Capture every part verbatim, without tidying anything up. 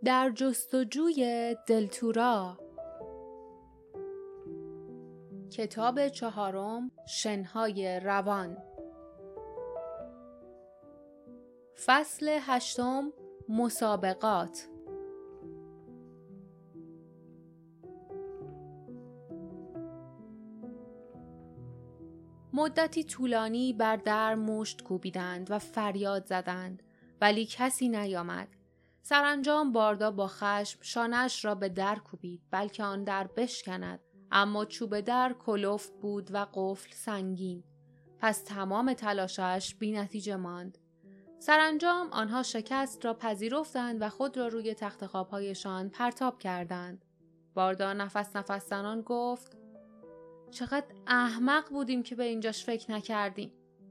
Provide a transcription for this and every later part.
در جستجوی دلتورا. کتاب چهارم، شنهای روان. فصل هشتم، مسابقات. مدتی طولانی بر در مشت کوبیدند و فریاد زدند، ولی کسی نیامد. سرانجام باردا با خشم شانه‌اش را به در کوبید، بلکه آن در بشکند، اما چوب در کلفت بود و قفل سنگین. پس تمام تلاشش بی نتیجه ماند. سرانجام آنها شکست را پذیرفتند و خود را روی تخت خواب‌هایشان پرتاب کردند. باردا نفس نفس زنان گفت: چقدر احمق بودیم که به اینجاش فکر نکردیم.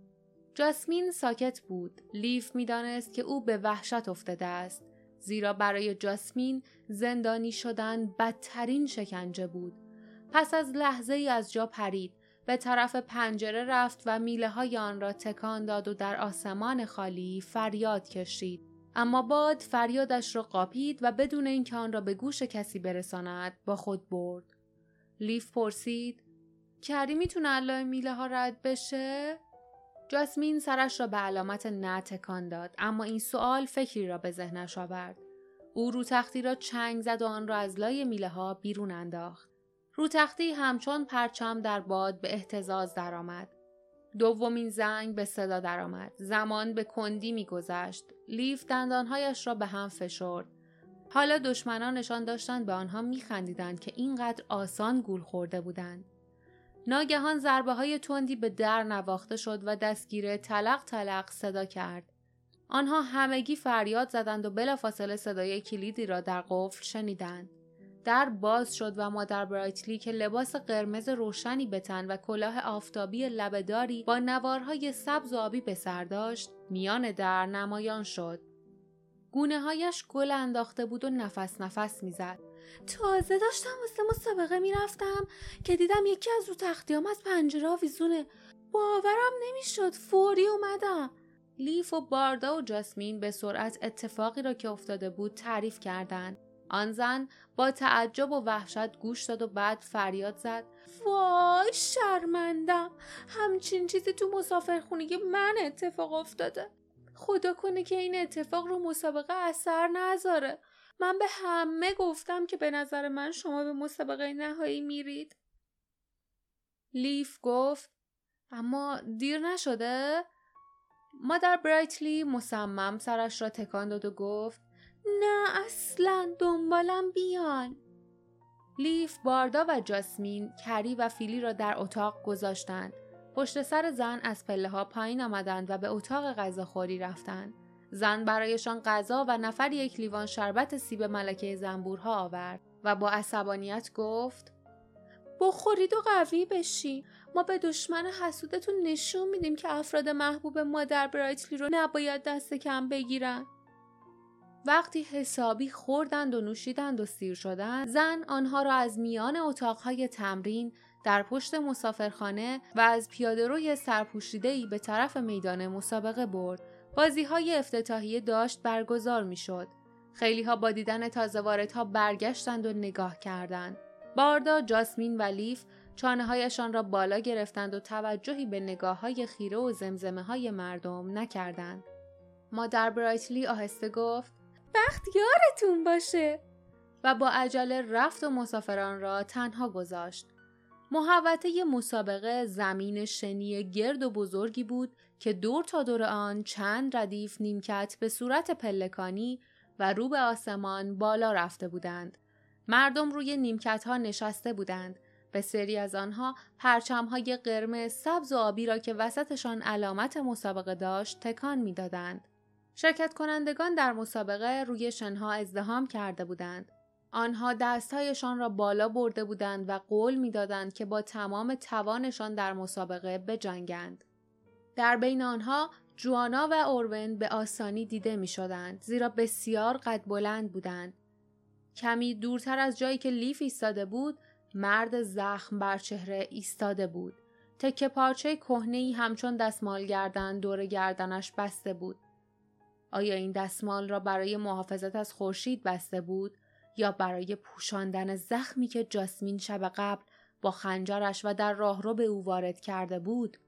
جاسمین ساکت بود. لیف می‌دانست که او به وحشت افتاده است، زیرا برای جاسمین زندانی شدن بدترین شکنجه بود. پس از لحظه ای از جا پرید، به طرف پنجره رفت و میله های آن را تکان داد و در آسمان خالی فریاد کشید. اما باد فریادش را قاپید و بدون اینکه آن را به گوش کسی برساند با خود برد. لیف پرسید: کری میتونه علای میله ها رد بشه؟ جاسمین سرش را به علامت نه تکان داد، اما این سوال فکری را به ذهنش آورد. او رو تختی را چنگ زد و آن را از لای میله ها بیرون انداخت. رو تختی همچون پرچم در باد به اهتزاز درآمد. دومین زنگ به صدا درآمد. زمان به کندی می‌گذشت. لیف دندانهایش را به هم فشرد. حالا دشمنانشان داشتند به آنها می‌خندیدند که اینقدر آسان گول خورده بودند. ناگهان ضربه‌های تندی به در نواخته شد و دستگیره تلق تلق صدا کرد. آنها همگی فریاد زدند و بلافاصله صدای کلیدی را در قفل شنیدند. در باز شد و مادر برایتلی که لباس قرمز روشنی به تن و کلاه آفتابی لبه‌داری با نوارهای سبز و آبی به سر داشت، میان در نمایان شد. گونه‌هایش گل انداخته بود و نفس نفس می‌زد. تازه داشتم واسه مسابقه میرفتم که دیدم یکی از رو تختیام از پنجره آویزونه. باورم نمیشد. فوری اومدم. لیف و باردا و جاسمین به سرعت اتفاقی را که افتاده بود تعریف کردند. آن زن با تعجب و وحشت گوش داد و بعد فریاد زد: وای شرمندم، همچین چیزی تو مسافرخونه من اتفاق افتاده. خدا کنه که این اتفاق رو مسابقه اثر نذاره. من به همه گفتم که به نظر من شما به مسابقه نهایی میرید. لیف گفت: اما دیر نشده؟ مادر برایتلی مصمم سرش را تکان داد و گفت: نه اصلاً، دنبالم بیان. لیف، باردا و جاسمین کری و فیلی را در اتاق گذاشتند. پشت سر زن از پله ها پایین آمدند و به اتاق غذاخوری رفتند. زن برایشان غذا و نفر یک لیوان شربت سیب ملکه زنبورها آورد و با عصبانیت گفت: بخورید و قوی بشی. ما به دشمن حسودتون نشون میدیم که افراد محبوب مادر برایتلی رو نباید دست کم بگیرن. وقتی حسابی خوردند و نوشیدند و سیر شدند، زن آنها را از میان اتاقهای تمرین در پشت مسافرخانه و از پیاده‌روی سرپوشیده‌ای به طرف میدان مسابقه برد. بازی‌های افتتاحیه داشت برگزار می‌شد. خیلی‌ها با دیدن تازه واردها برگشتند و نگاه کردند. باردا، جاسمین و لیف چانه‌هایشان را بالا گرفتند و توجهی به نگاه‌های خیره و زمزمه‌های مردم نکردند. مادر برایتلی آهسته گفت: بخت یارتون باشه، و با عجله رفت و مسافران را تنها گذاشت. محوطه مسابقه زمین شنی گرد و بزرگی بود که دور تا دور آن چند ردیف نیمکت به صورت پلکانی و رو به آسمان بالا رفته بودند. مردم روی نیمکت‌ها نشسته بودند. به سری از آنها پرچم‌های قرمز، سبز و آبی را که وسطشان علامت مسابقه داشت تکان می‌دادند. شرکت کنندگان در مسابقه روی شنها ازدحام کرده بودند. آنها دستهایشان را بالا برده بودند و قول می‌دادند که با تمام توانشان در مسابقه بجنگند. در بین آنها جوانا و اوروین به آسانی دیده می‌شدند، زیرا بسیار قد بلند بودند. کمی دورتر از جایی که لیف ایستاده بود، مرد زخم بر چهره ایستاده بود. تکه پارچه کهنه‌ای همچون دستمال گردن دور گردنش بسته بود. آیا این دستمال را برای محافظت از خورشید بسته بود یا برای پوشاندن زخمی که جاسمین شب قبل با خنجرش و در راهرو به او وارد کرده بود؟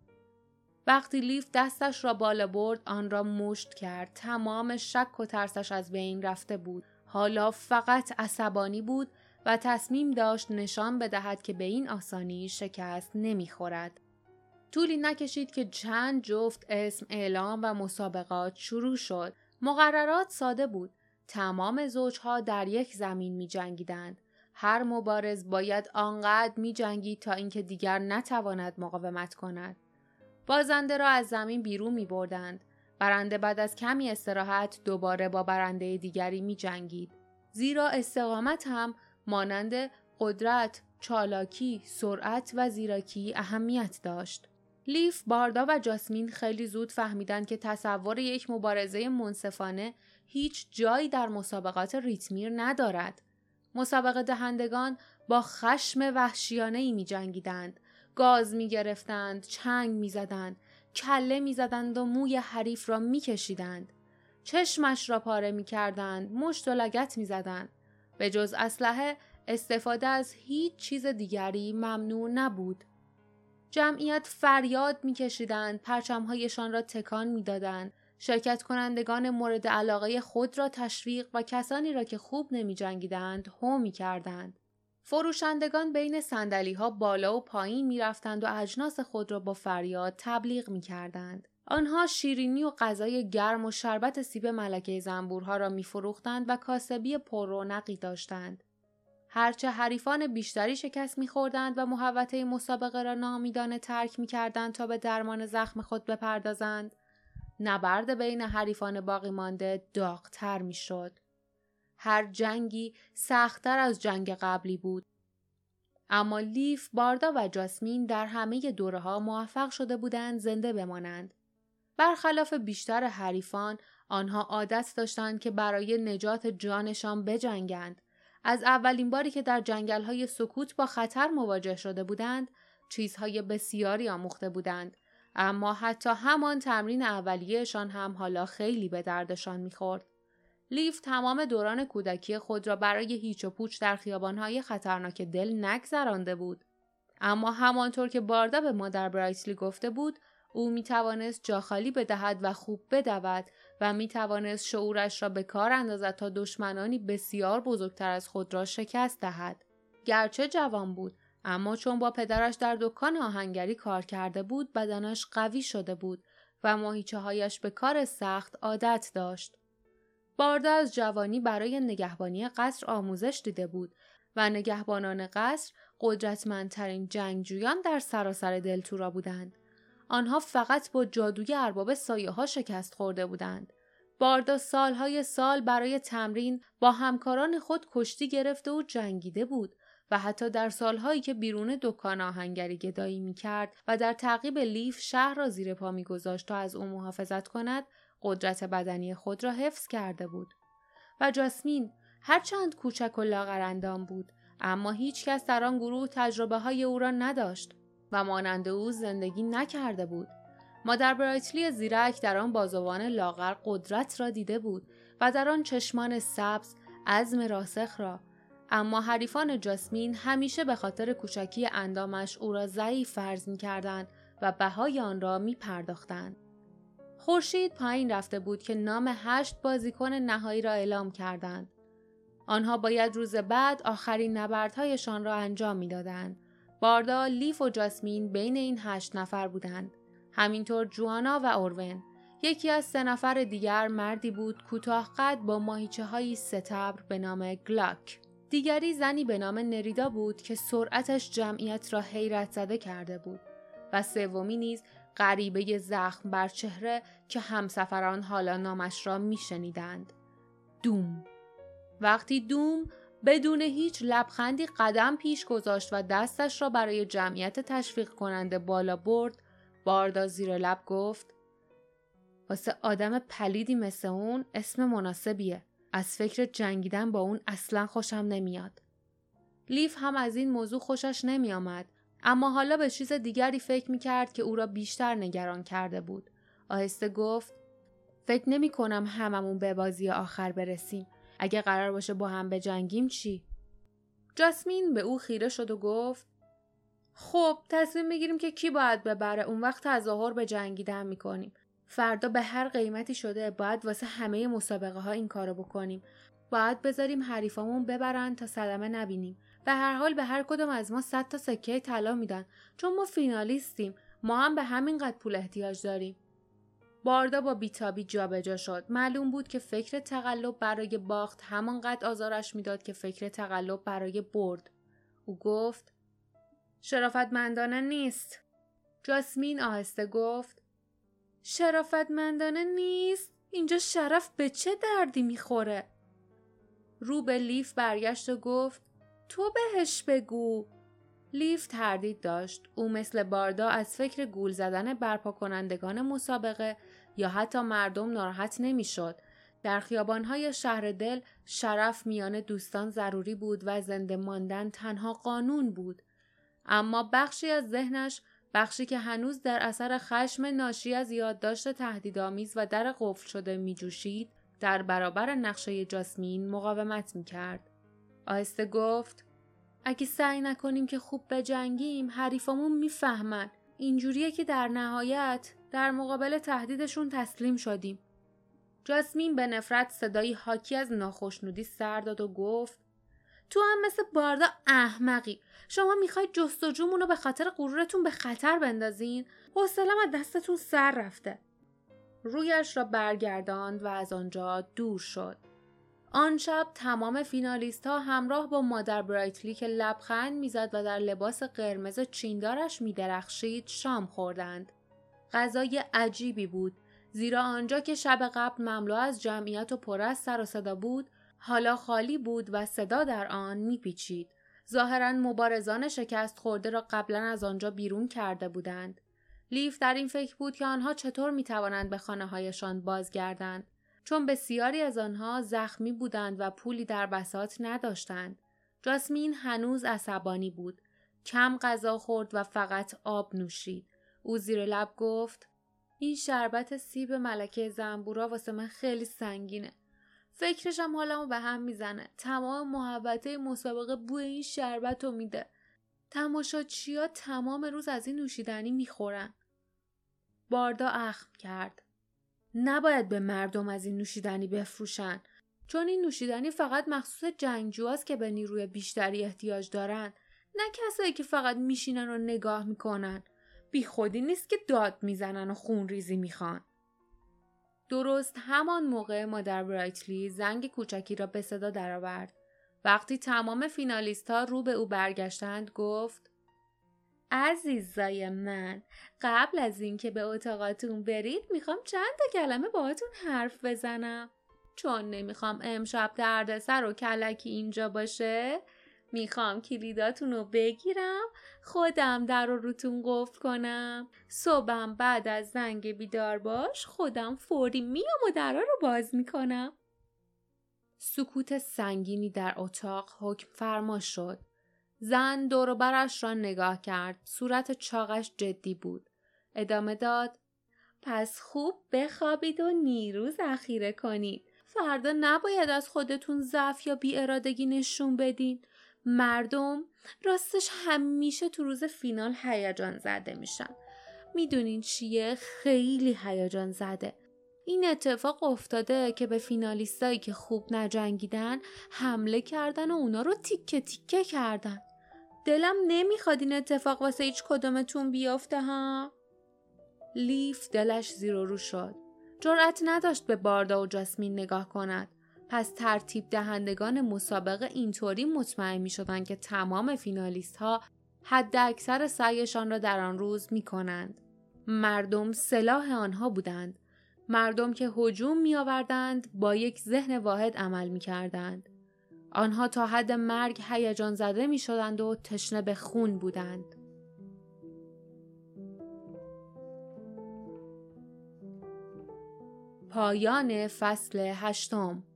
وقتی لیف دستش را بالا برد آن را مشت کرد. تمام شک و ترسش از بین رفته بود. حالا فقط عصبانی بود و تصمیم داشت نشان بدهد که به این آسانی شکست نمیخورد. طولی نکشید که چند جفت اسم اعلام و مسابقات شروع شد. مقررات ساده بود. تمام زوجها در یک زمین می جنگیدند. هر مبارز باید آنقدر می جنگید تا اینکه دیگر نتواند مقاومت کند. بازنده را از زمین بیرون می بردند. برنده بعد از کمی استراحت دوباره با برنده دیگری می جنگید. زیرا استقامت هم مانند قدرت، چالاکی، سرعت و زیرکی اهمیت داشت. لیف، باردا و جاسمین خیلی زود فهمیدند که تصور یک مبارزه منصفانه هیچ جایی در مسابقات ریتمیر ندارد. مسابقه دهندگان با خشم وحشیانه‌ای می جنگیدند. گاز می گرفتند، چنگ می زدند، کله می زدند و موی حریف را می کشیدند. چشمش را پاره می کردند، مشت و لگد می زدند. به جز اسلحه استفاده از هیچ چیز دیگری ممنوع نبود. جمعیت فریاد می کشیدند، پرچمهایشان را تکان می دادند. شرکت کنندگان مورد علاقه خود را تشویق و کسانی را که خوب نمی جنگیدند هو می کردند. فروشندگان بین صندلی‌ها بالا و پایین می رفتند و اجناس خود را با فریاد تبلیغ می کردند. آنها شیرینی و غذای گرم و شربت سیب ملکه زنبورها را می فروختند و کاسبی پر رونقی داشتند. هرچه حریفان بیشتری شکست می خوردند و محوطه مسابقه را ناامیدانه ترک می کردند تا به درمان زخم خود بپردازند، نبرد بین حریفان باقی مانده داغ‌تر می شد. هر جنگی سخت‌تر از جنگ قبلی بود. اما لیف، باردا و جاسمین در همه دوره‌ها موفق شده بودند زنده بمانند. برخلاف بیشتر حریفان، آنها عادت داشتند که برای نجات جانشان بجنگند. از اولین باری که در جنگل‌های سکوت با خطر مواجه شده بودند، چیزهای بسیاری آموخته بودند. اما حتی همان تمرین اولیه‌شان هم حالا خیلی به دردشان می‌خورد. لیف تمام دوران کودکی خود را برای هیچ و پوچ در خیابان‌های خطرناک دل نگذرانده بود. اما همانطور که باردا به مادر برایتلی گفته بود، او می‌توانست جا خالی بدهد و خوب بدود و می‌توانست شعورش را به کار اندازد تا دشمنانی بسیار بزرگتر از خود را شکست دهد. گرچه جوان بود، اما چون با پدرش در دکان آهنگری کار کرده بود، بدنش قوی شده بود و ماهیچه‌هایش به کار سخت عادت داشت. باردا از جوانی برای نگهبانی قصر آموزش دیده بود و نگهبانان قصر قدرتمندترین جنگجویان در سراسر دلتورا بودند. آنها فقط با جادوی ارباب سایه‌ها شکست خورده بودند. باردا سالهای سال برای تمرین با همکاران خود کشتی گرفته و جنگیده بود و حتی در سالهایی که بیرون دکان آهنگری گدایی می‌کرد و در تعقیب لیف شهر را زیر پا می‌گذاشت تا از او محافظت کند، قدرت بدنی خود را حفظ کرده بود. و جاسمین هرچند کوچک و لاغرندام بود، اما هیچ کس در آن گروه تجربه های او را نداشت و مانند او زندگی نکرده بود. مادر برایتلی زیرک در آن بازوان لاغر قدرت را دیده بود و در آن چشمان سبز عزم راسخ را، اما حریفان جاسمین همیشه به خاطر کوچکی اندامش او را ضعیف فرض می‌کردند و بهای آن را می‌پرداختند. خورشید پایین رفته بود که نام هشت بازیکن نهایی را اعلام کردند. آنها باید روز بعد آخرین نبردهایشان را انجام می‌دادند. باردا، لیف و جاسمین بین این هشت نفر بودند. همینطور جوانا و اورون. یکی از سه نفر دیگر مردی بود کوتاه قد با ماهیچه‌های ستبر به نام گلاک. دیگری زنی به نام نریدا بود که سرعتش جمعیت را حیرت زده کرده بود و سومی نیز غریبه زخم بر چهره که همسفران حالا نامش را میشنیدند. دوم. وقتی دوم بدون هیچ لبخندی قدم پیش گذاشت و دستش را برای جمعیت تشویق کننده بالا برد، باردا زیر لب گفت: واسه آدم پلیدی مثل اون اسم مناسبیه. از فکر جنگیدن با اون اصلا خوشم نمیاد. لیف هم از این موضوع خوشش نمی آمد، اما حالا به چیز دیگری فکر می کرد که او را بیشتر نگران کرده بود. آهسته گفت: فکر نمی کنم هممون به بازی آخر برسیم. اگه قرار باشه با هم بجنگیم چی؟ جاسمین به او خیره شد و گفت خب تصمیم بگیریم که کی باید ببره. اون وقت تظاهر به جنگیدن میکنیم. فردا به هر قیمتی شده باید واسه همه مسابقه ها این کارو بکنیم. باید بذاریم حریفامون ببرن تا صدمه نبینیم. به هر حال به هر کدوم از ما صد تا سکه طلا میدن چون ما فینالیستیم. ما هم به همین قدر پول احتیاج داریم. باردا با بیتابی جابجا شد. معلوم بود که فکر تقلب برای باخت همانقدر آزارش میداد که فکر تقلب برای برد. او گفت شرافتمندانه نیست. جاسمین آهسته گفت شرافتمندانه نیست؟ اینجا شرف به چه دردی میخوره؟ رو به لیف برگشت و گفت تو بهش بگو. لیف تردید داشت. او مثل باردا از فکر گول زدن برپا کنندگان مسابقه یا حتی مردم ناراحت نمیشد. در خیابانهای شهر دل شرف میان دوستان ضروری بود و زنده ماندن تنها قانون بود. اما بخشی از ذهنش، بخشی که هنوز در اثر خشم ناشی از یادداشت تهدیدآمیز و در قفل شده میجوشید، در برابر نقشه جاسمین مقاومت میکرد. آهسته گفت اگه سعی نکنیم که خوب بجنگیم حریفامون میفهمن. اینجوریه که در نهایت در مقابل تهدیدشون تسلیم شدیم. جاسمین به نفرت صدایی حاکی از ناخشنودی سر داد و گفت تو هم مثل باردا احمقی. شما میخواید جستجومون رو به خاطر غرورتون به خطر بندازین؟ حوصله‌م از دستتون سر رفته. رویش را برگرداند و از آنجا دور شد. آن شب تمام فینالیست ها همراه با مادر برایتلی که لبخند میزد و در لباس قرمز چیندارش میدرخشید شام خوردند. غذای عجیبی بود، زیرا آنجا که شب قبل مملو از جمعیت و پر از سر و صدا بود، حالا خالی بود و صدا در آن میپیچید. ظاهراً مبارزان شکست خورده را قبلا از آنجا بیرون کرده بودند. لیف در این فکر بود که آنها چطور میتوانند به خانه هایشان بازگردند، چون بسیاری از آنها زخمی بودند و پولی در بساط نداشتند. جاسمین هنوز عصبانی بود. کم غذا خورد و فقط آب نوشید. او زیر لب گفت این شربت سیب ملکه زنبورا واسه من خیلی سنگینه. فکرشم حالمو به هم میزنه. تمام محبته مسابقه بوی این شربت رو میده. تماشاچی‌ها تمام روز از این نوشیدنی میخورن. باردا اخم کرد. نباید به مردم از این نوشیدنی بفروشن، چون این نوشیدنی فقط مخصوص جنگجوهاست که به نیروی بیشتری احتیاج دارن، نه کسایی که فقط میشینن و نگاه میکنن. بی خودی نیست که داد میزنن و خون ریزی میخوان. درست همان موقع مادر برایتلی زنگ کوچکی را به صدا درآورد. وقتی تمام فینالیست ها رو به او برگشتند گفت عزیزای من، قبل از این که به اتاقاتون برید میخوام چند تا کلمه باهاتون حرف بزنم. چون نمیخوام امشب دردسر و کلکی اینجا باشه، میخوام کلیداتون رو بگیرم، خودم در رو روتون قفل کنم. صبحم بعد از زنگ بیدار باش خودم فوری میام و درا رو باز میکنم. سکوت سنگینی در اتاق حکم فرما شد. زن دور و برش را نگاه کرد. صورت چاقش جدی بود. ادامه داد پس خوب بخوابید و نیرو ذخیره کنید. فردا نباید از خودتون ضعف یا بی‌ارادگی نشون بدین. مردم راستش همیشه تو روز فینال هیجان زده میشن. میدونین چیه؟ خیلی هیجان زده. این اتفاق افتاده که به فینالیستایی که خوب نجنگیدن حمله کردن و اونا رو تیکه تیکه کردن. دلم نمیخواد این اتفاق واسه هیچ کدومتون بیافته ها. لیف دلش زیر و رو شد. جرأت نداشت به باردا و جاسمین نگاه کند. پس ترتیب دهندگان مسابقه اینطوری مطمئن می شدند که تمام فینالیست ها حد اکثر سعیشان را در آن روز می کنند. مردم سلاح آنها بودند. مردم که هجوم می آوردند با یک ذهن واحد عمل می کردند. آنها تا حد مرگ هیجان زده می شدند و تشنه به خون بودند. پایان فصل هشتم.